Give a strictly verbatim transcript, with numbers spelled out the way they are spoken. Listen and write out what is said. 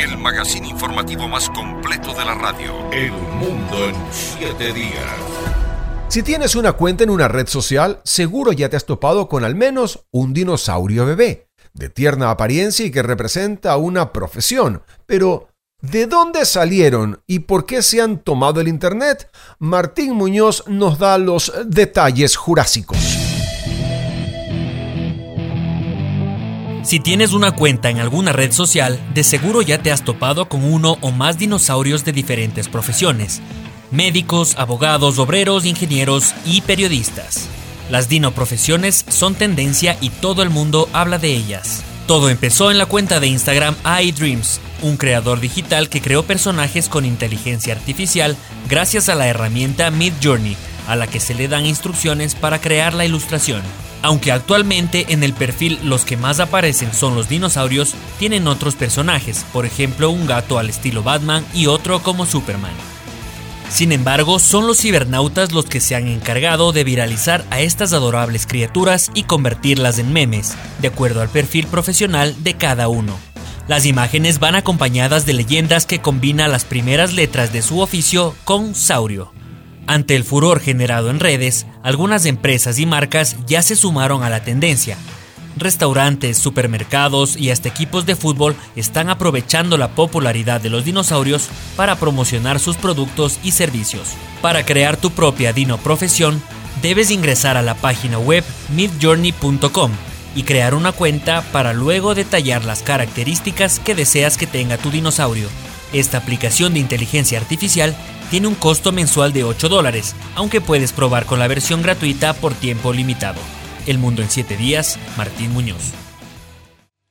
el magazine informativo más completo de la radio. El mundo en siete días. Si tienes una cuenta en una red social, seguro ya te has topado con al menos un dinosaurio bebé, de tierna apariencia y que representa una profesión. Pero, ¿de dónde salieron y por qué se han tomado el Internet? Martín Muñoz nos da los detalles jurásicos. Si tienes una cuenta en alguna red social, de seguro ya te has topado con uno o más dinosaurios de diferentes profesiones: médicos, abogados, obreros, ingenieros y periodistas. Las dinoprofesiones son tendencia y todo el mundo habla de ellas. Todo empezó en la cuenta de Instagram iDreams, un creador digital que creó personajes con inteligencia artificial gracias a la herramienta Midjourney, a la que se le dan instrucciones para crear la ilustración. Aunque actualmente en el perfil los que más aparecen son los dinosaurios, tienen otros personajes, por ejemplo un gato al estilo Batman y otro como Superman. Sin embargo, son los cibernautas los que se han encargado de viralizar a estas adorables criaturas y convertirlas en memes, de acuerdo al perfil profesional de cada uno. Las imágenes van acompañadas de leyendas que combinan las primeras letras de su oficio con saurio. Ante el furor generado en redes, algunas empresas y marcas ya se sumaron a la tendencia. Restaurantes, supermercados y hasta equipos de fútbol están aprovechando la popularidad de los dinosaurios para promocionar sus productos y servicios. Para crear tu propia dinoprofesión, debes ingresar a la página web midjourney punto com y crear una cuenta para luego detallar las características que deseas que tenga tu dinosaurio. Esta aplicación de inteligencia artificial tiene un costo mensual de ocho dólares, aunque puedes probar con la versión gratuita por tiempo limitado. El mundo en siete días, Martín Muñoz.